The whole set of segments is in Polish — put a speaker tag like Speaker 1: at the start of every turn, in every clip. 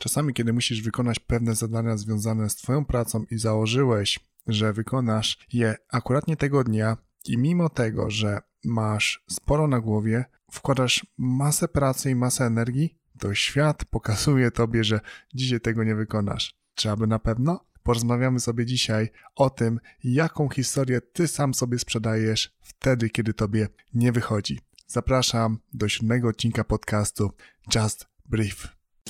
Speaker 1: Czasami, kiedy musisz wykonać pewne zadania związane z Twoją pracą i założyłeś, że wykonasz je akuratnie tego dnia i mimo tego, że masz sporo na głowie, wkładasz masę pracy i masę energii, to świat pokazuje Tobie, że dzisiaj tego nie wykonasz. Czy aby na pewno? Porozmawiamy sobie dzisiaj o tym, jaką historię Ty sam sobie sprzedajesz wtedy, kiedy Tobie nie wychodzi. Zapraszam do 7. odcinka podcastu Just Brief.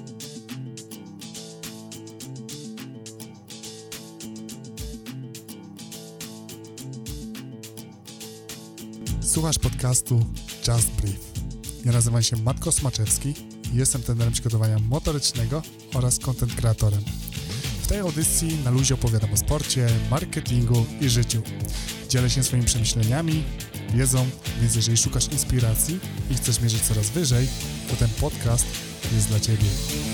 Speaker 2: Słuchasz podcastu Just Brief. Ja nazywam się Matko Smaczewski i jestem trenerem przygotowania motorycznego oraz content kreatorem. W tej audycji na luzie opowiadam o sporcie, marketingu i życiu. Dzielę się swoimi przemyśleniami, wiedzą, więc jeżeli szukasz inspiracji i chcesz mierzyć coraz wyżej, to ten podcast jest dla Ciebie.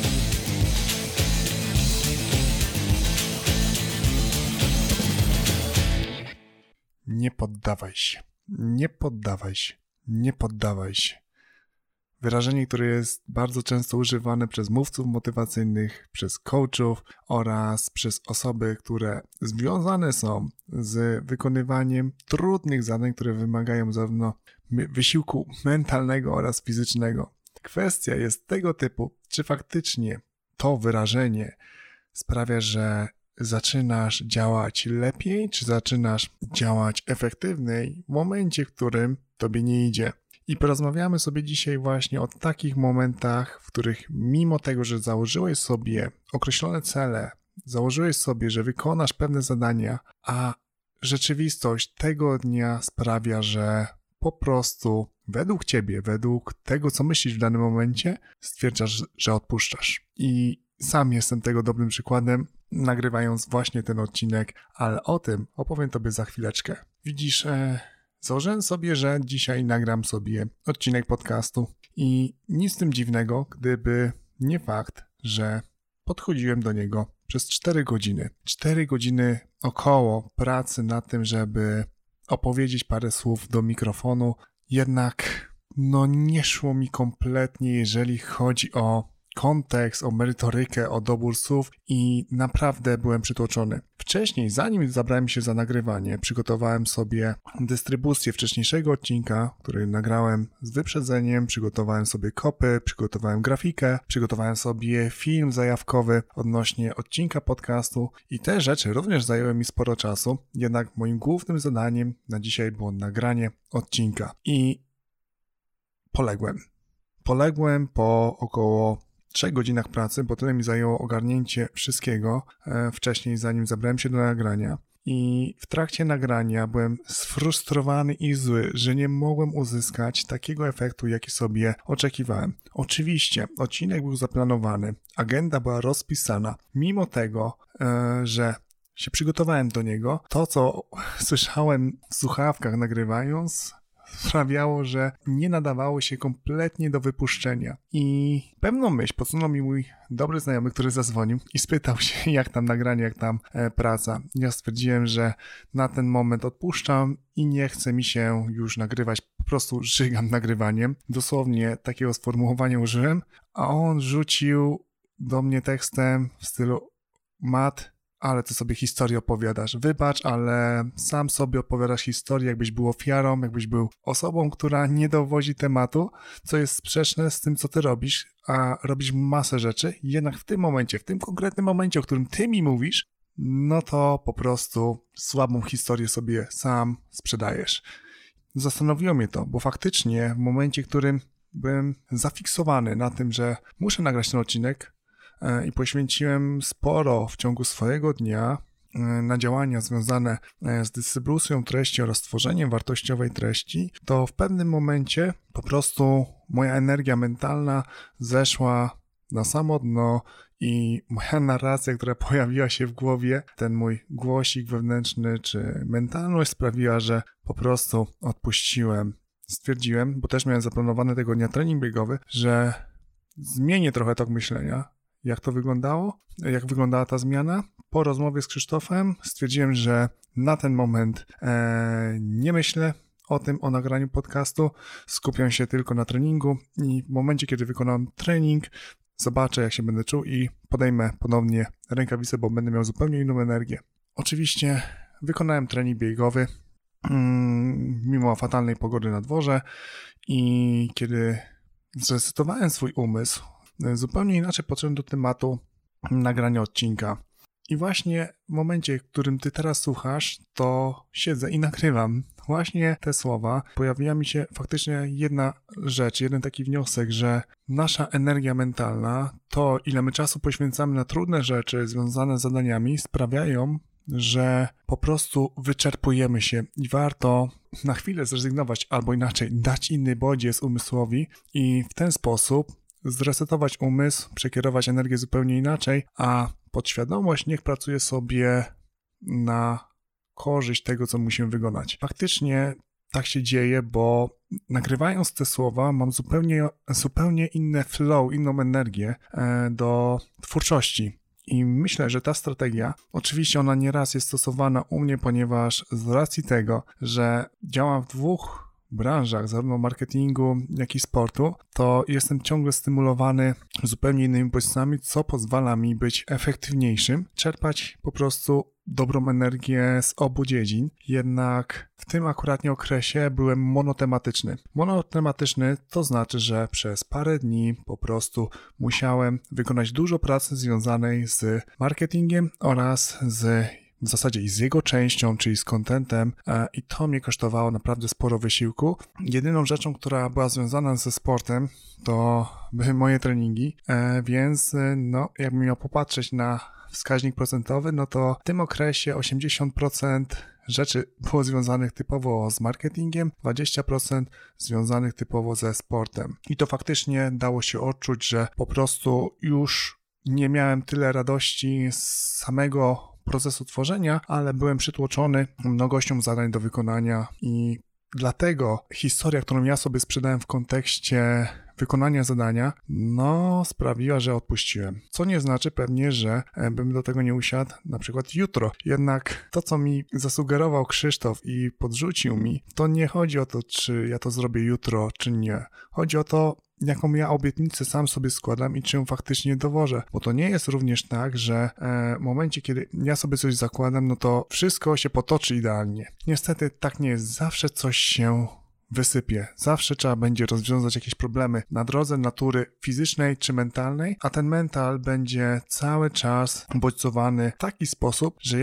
Speaker 1: Nie poddawaj się. Nie poddawaj się. Nie poddawaj się. Wyrażenie, które jest bardzo często używane przez mówców motywacyjnych, przez coachów oraz przez osoby, które związane są z wykonywaniem trudnych zadań, które wymagają zarówno wysiłku mentalnego oraz fizycznego. Kwestia jest tego typu, czy faktycznie to wyrażenie sprawia, że zaczynasz działać lepiej, czy zaczynasz działać efektywniej w momencie, w którym tobie nie idzie. I porozmawiamy sobie dzisiaj właśnie o takich momentach, w których mimo tego, że założyłeś sobie określone cele, założyłeś sobie, że wykonasz pewne zadania, a rzeczywistość tego dnia sprawia, że po prostu według ciebie, według tego, co myślisz w danym momencie, stwierdzasz, że odpuszczasz. I sam jestem tego dobrym przykładem, nagrywając właśnie ten odcinek, ale o tym opowiem tobie za chwileczkę. Widzisz, założyłem sobie, że dzisiaj nagram sobie odcinek podcastu i nic z tym dziwnego, gdyby nie fakt, że podchodziłem do niego przez 4 godziny. 4 godziny około pracy nad tym, żeby opowiedzieć parę słów do mikrofonu, jednak nie szło mi kompletnie, jeżeli chodzi o kontekst, o merytorykę, o dobór słów i naprawdę byłem przytłoczony. Wcześniej, zanim zabrałem się za nagrywanie, przygotowałem sobie dystrybucję wcześniejszego odcinka, który nagrałem z wyprzedzeniem, przygotowałem sobie kopy, przygotowałem grafikę, przygotowałem sobie film zajawkowy odnośnie odcinka podcastu i te rzeczy również zajęły mi sporo czasu, jednak moim głównym zadaniem na dzisiaj było nagranie odcinka i poległem po około 3 godzinach pracy, bo tyle mi zajęło ogarnięcie wszystkiego wcześniej, zanim zabrałem się do nagrania. I w trakcie nagrania byłem sfrustrowany i zły, że nie mogłem uzyskać takiego efektu, jaki sobie oczekiwałem. Oczywiście odcinek był zaplanowany, agenda była rozpisana. Mimo tego, że się przygotowałem do niego, to co słyszałem w słuchawkach nagrywając, sprawiało, że nie nadawało się kompletnie do wypuszczenia. I pewną myśl podsunął mi mój dobry znajomy, który zadzwonił i spytał się, jak tam nagranie, jak tam praca. Ja stwierdziłem, że na ten moment odpuszczam i nie chce mi się już nagrywać, po prostu żygam nagrywaniem. Dosłownie takiego sformułowania użyłem, a on rzucił do mnie tekstem w stylu: Mat, ale ty sobie historię opowiadasz. Wybacz, ale sam sobie opowiadasz historię, jakbyś był ofiarą, jakbyś był osobą, która nie dowozi tematu, co jest sprzeczne z tym, co ty robisz, a robisz masę rzeczy. Jednak w tym momencie, w tym konkretnym momencie, o którym ty mi mówisz, to po prostu słabą historię sobie sam sprzedajesz. Zastanowiło mnie to, bo faktycznie w momencie, w którym byłem zafiksowany na tym, że muszę nagrać ten odcinek, i poświęciłem sporo w ciągu swojego dnia na działania związane z dystrybucją treści oraz tworzeniem wartościowej treści, to w pewnym momencie po prostu moja energia mentalna zeszła na samo dno i moja narracja, która pojawiła się w głowie, ten mój głosik wewnętrzny czy mentalność sprawiła, że po prostu odpuściłem. Stwierdziłem, bo też miałem zaplanowany tego dnia trening biegowy, że zmienię trochę tok myślenia. Jak to wyglądało? Jak wyglądała ta zmiana? Po rozmowie z Krzysztofem stwierdziłem, że na ten moment nie myślę o nagraniu podcastu, skupiam się tylko na treningu i w momencie, kiedy wykonałem trening, zobaczę, jak się będę czuł i podejmę ponownie rękawice, bo będę miał zupełnie inną energię. Oczywiście wykonałem trening biegowy mimo fatalnej pogody na dworze i kiedy zresetowałem swój umysł, zupełnie inaczej podszedłem do tematu nagrania odcinka. I właśnie w momencie, w którym ty teraz słuchasz, to siedzę i nagrywam właśnie te słowa. Pojawiła mi się faktycznie jedna rzecz, jeden taki wniosek, że nasza energia mentalna, to ile my czasu poświęcamy na trudne rzeczy związane z zadaniami, sprawiają, że po prostu wyczerpujemy się i warto na chwilę zrezygnować albo inaczej dać inny bodziec umysłowi i w ten sposób zresetować umysł, przekierować energię zupełnie inaczej, a podświadomość niech pracuje sobie na korzyść tego, co musimy wykonać. Faktycznie tak się dzieje, bo nagrywając te słowa mam zupełnie inne flow, inną energię do twórczości. I myślę, że ta strategia, oczywiście ona nieraz jest stosowana u mnie, ponieważ z racji tego, że działam w dwóch branżach, zarówno marketingu, jak i sportu, to jestem ciągle stymulowany zupełnie innymi bodźcami, co pozwala mi być efektywniejszym, czerpać po prostu dobrą energię z obu dziedzin. Jednak w tym akuratnie okresie byłem monotematyczny. Monotematyczny to znaczy, że przez parę dni po prostu musiałem wykonać dużo pracy związanej z marketingiem oraz w zasadzie i z jego częścią, czyli z contentem i to mnie kosztowało naprawdę sporo wysiłku. Jedyną rzeczą, która była związana ze sportem, to były moje treningi, więc jakbym miał popatrzeć na wskaźnik procentowy, no to w tym okresie 80% rzeczy było związanych typowo z marketingiem, 20% związanych typowo ze sportem. I to faktycznie dało się odczuć, że po prostu już nie miałem tyle radości z samego procesu tworzenia, ale byłem przytłoczony mnogością zadań do wykonania i dlatego historia, którą ja sobie sprzedałem w kontekście wykonania zadania, sprawiła, że odpuściłem. Co nie znaczy pewnie, że bym do tego nie usiadł na przykład jutro. Jednak to, co mi zasugerował Krzysztof i podrzucił mi, to nie chodzi o to, czy ja to zrobię jutro, czy nie. Chodzi o to, jaką ja obietnicę sam sobie składam i czy ją faktycznie dowożę. Bo to nie jest również tak, że w momencie, kiedy ja sobie coś zakładam, no to wszystko się potoczy idealnie. Niestety tak nie jest. Zawsze coś się wysypie. Zawsze trzeba będzie rozwiązać jakieś problemy na drodze natury fizycznej czy mentalnej, a ten mental będzie cały czas bodźcowany w taki sposób, że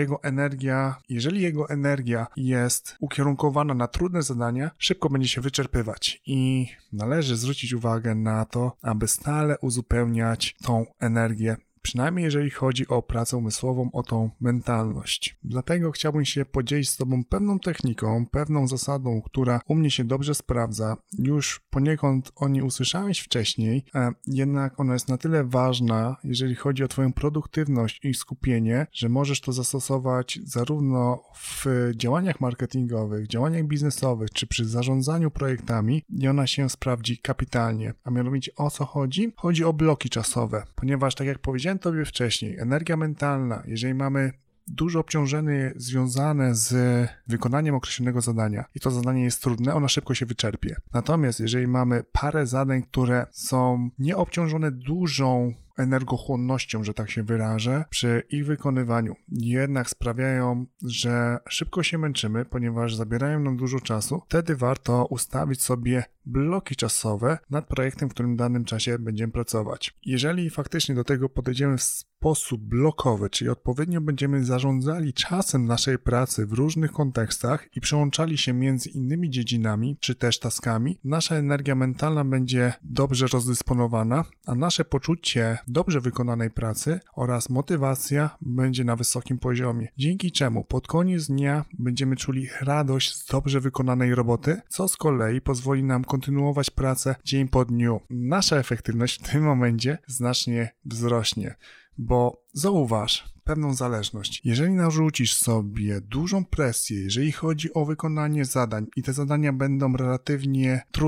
Speaker 1: jeżeli jego energia jest ukierunkowana na trudne zadania, szybko będzie się wyczerpywać i należy zwrócić uwagę na to, aby stale uzupełniać tą energię, przynajmniej jeżeli chodzi o pracę umysłową, o tą mentalność. Dlatego chciałbym się podzielić z Tobą pewną techniką, pewną zasadą, która u mnie się dobrze sprawdza. Już poniekąd o niej usłyszałeś wcześniej, jednak ona jest na tyle ważna, jeżeli chodzi o Twoją produktywność i skupienie, że możesz to zastosować zarówno w działaniach marketingowych, działaniach biznesowych, czy przy zarządzaniu projektami i ona się sprawdzi kapitalnie. A mianowicie o co chodzi? Chodzi o bloki czasowe, ponieważ tak jak powiedziałem Tobie wcześniej, energia mentalna, jeżeli mamy duże obciążenie związane z wykonaniem określonego zadania i to zadanie jest trudne, ona szybko się wyczerpie. Natomiast jeżeli mamy parę zadań, które są nieobciążone dużą energochłonnością, że tak się wyrażę, przy ich wykonywaniu jednak sprawiają, że szybko się męczymy, ponieważ zabierają nam dużo czasu, wtedy warto ustawić sobie bloki czasowe nad projektem, w którym w danym czasie będziemy pracować. Jeżeli faktycznie do tego podejdziemy w sposób blokowy, czyli odpowiednio będziemy zarządzali czasem naszej pracy w różnych kontekstach i przełączali się między innymi dziedzinami, czy też taskami, nasza energia mentalna będzie dobrze rozdysponowana, a nasze poczucie dobrze wykonanej pracy oraz motywacja będzie na wysokim poziomie, dzięki czemu pod koniec dnia będziemy czuli radość z dobrze wykonanej roboty, co z kolei pozwoli nam kontynuować pracę dzień po dniu. Nasza efektywność w tym momencie znacznie wzrośnie, bo zauważ pewną zależność. Jeżeli narzucisz sobie dużą presję, jeżeli chodzi o wykonanie zadań i te zadania będą relatywnie trudne,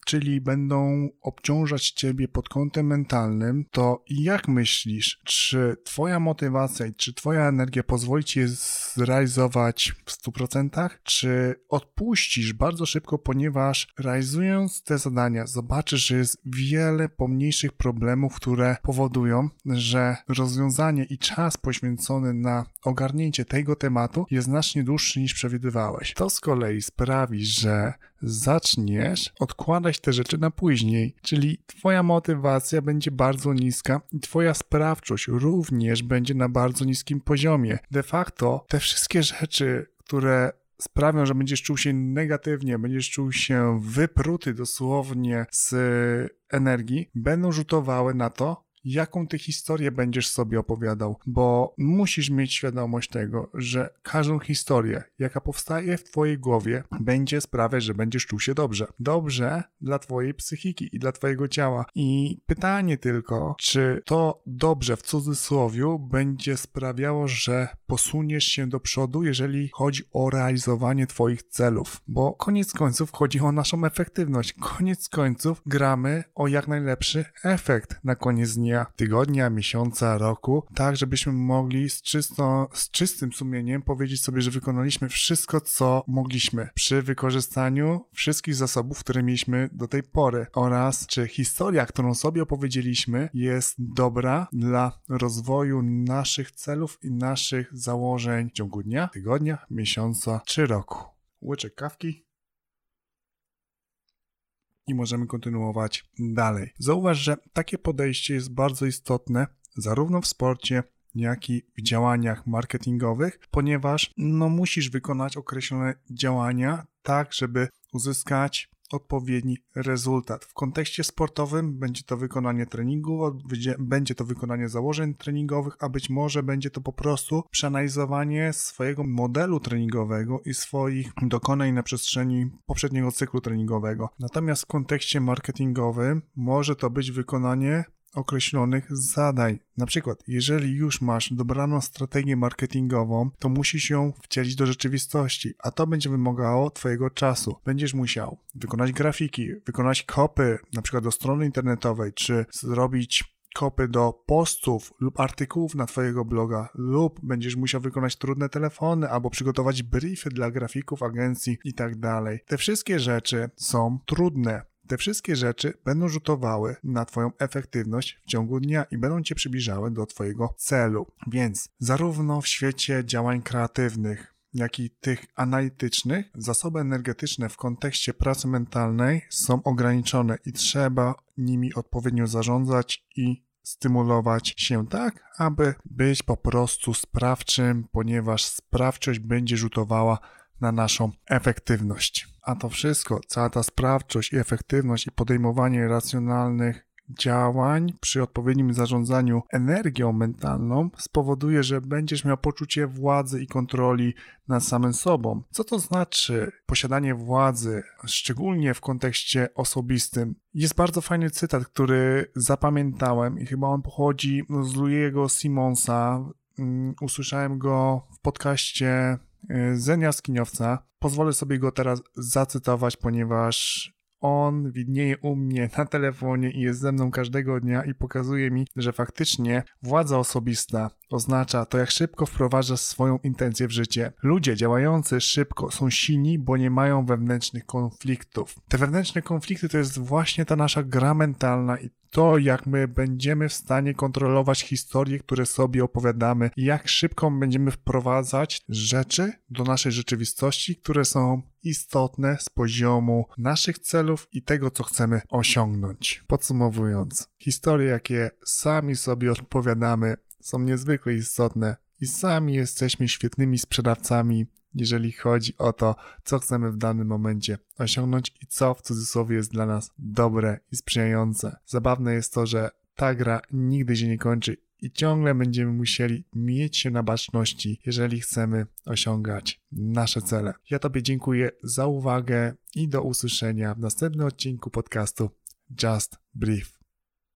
Speaker 1: czyli będą obciążać ciebie pod kątem mentalnym, to jak myślisz, czy twoja motywacja i czy twoja energia pozwoli ci je zrealizować w 100%, czy odpuścisz bardzo szybko, ponieważ realizując te zadania zobaczysz, że jest wiele pomniejszych problemów, które powodują, że rozwiązanie i czas poświęcony na ogarnięcie tego tematu jest znacznie dłuższy niż przewidywałeś. To z kolei sprawi, że zaczniesz odkładać te rzeczy na później, czyli twoja motywacja będzie bardzo niska i twoja sprawczość również będzie na bardzo niskim poziomie. De facto te wszystkie rzeczy, które sprawią, że będziesz czuł się negatywnie, będziesz czuł się wypruty dosłownie z energii, będą rzutowały na to, jaką ty historię będziesz sobie opowiadał, bo musisz mieć świadomość tego, że każdą historię, jaka powstaje w twojej głowie, będzie sprawiać, że będziesz czuł się dobrze. Dobrze dla twojej psychiki i dla twojego ciała. I pytanie tylko, czy to dobrze w cudzysłowiu będzie sprawiało, że posuniesz się do przodu, jeżeli chodzi o realizowanie twoich celów, bo koniec końców chodzi o naszą efektywność. Koniec końców gramy o jak najlepszy efekt na koniec dnia, tygodnia, miesiąca, roku, tak żebyśmy mogli z czystym sumieniem powiedzieć sobie, że wykonaliśmy wszystko, co mogliśmy przy wykorzystaniu wszystkich zasobów, które mieliśmy do tej pory, oraz czy historia, którą sobie opowiedzieliśmy, jest dobra dla rozwoju naszych celów i naszych założeń w ciągu dnia, tygodnia, miesiąca czy roku. Łyczek kawki i możemy kontynuować dalej. Zauważ, że takie podejście jest bardzo istotne zarówno w sporcie, jak i w działaniach marketingowych, ponieważ musisz wykonać określone działania tak, żeby uzyskać odpowiedni rezultat. W kontekście sportowym będzie to wykonanie treningu, będzie to wykonanie założeń treningowych, a być może będzie to po prostu przeanalizowanie swojego modelu treningowego i swoich dokonań na przestrzeni poprzedniego cyklu treningowego. Natomiast w kontekście marketingowym może to być wykonanie określonych zadań. Na przykład, jeżeli już masz dobraną strategię marketingową, to musisz ją wcielić do rzeczywistości, a to będzie wymagało twojego czasu. Będziesz musiał wykonać grafiki, wykonać copy, na przykład do strony internetowej, czy zrobić copy do postów lub artykułów na twojego bloga, lub będziesz musiał wykonać trudne telefony albo przygotować briefy dla grafików, agencji i tak dalej. Te wszystkie rzeczy są trudne. Te wszystkie rzeczy będą rzutowały na twoją efektywność w ciągu dnia i będą cię przybliżały do twojego celu. Więc zarówno w świecie działań kreatywnych, jak i tych analitycznych, zasoby energetyczne w kontekście pracy mentalnej są ograniczone i trzeba nimi odpowiednio zarządzać i stymulować się tak, aby być po prostu sprawczym, ponieważ sprawczość będzie rzutowała na naszą efektywność. A to wszystko, cała ta sprawczość i efektywność i podejmowanie racjonalnych działań przy odpowiednim zarządzaniu energią mentalną spowoduje, że będziesz miał poczucie władzy i kontroli nad samym sobą. Co to znaczy posiadanie władzy, szczególnie w kontekście osobistym? Jest bardzo fajny cytat, który zapamiętałem i chyba on pochodzi z Louis'ego Simonsa. Usłyszałem go w podcaście Zen Jaskiniowca. Pozwolę sobie go teraz zacytować, ponieważ on widnieje u mnie na telefonie i jest ze mną każdego dnia i pokazuje mi, że faktycznie władza osobista oznacza to, jak szybko wprowadzasz swoją intencję w życie. Ludzie działający szybko są silni, bo nie mają wewnętrznych konfliktów. Te wewnętrzne konflikty to jest właśnie ta nasza gra mentalna i to, jak my będziemy w stanie kontrolować historie, które sobie opowiadamy i jak szybko będziemy wprowadzać rzeczy do naszej rzeczywistości, które są istotne z poziomu naszych celów i tego, co chcemy osiągnąć. Podsumowując, historie, jakie sami sobie opowiadamy, są niezwykle istotne i sami jesteśmy świetnymi sprzedawcami, jeżeli chodzi o to, co chcemy w danym momencie osiągnąć i co w cudzysłowie jest dla nas dobre i sprzyjające. Zabawne jest to, że ta gra nigdy się nie kończy i ciągle będziemy musieli mieć się na baczności, jeżeli chcemy osiągać nasze cele. Ja Tobie dziękuję za uwagę i do usłyszenia w następnym odcinku podcastu Just Brief.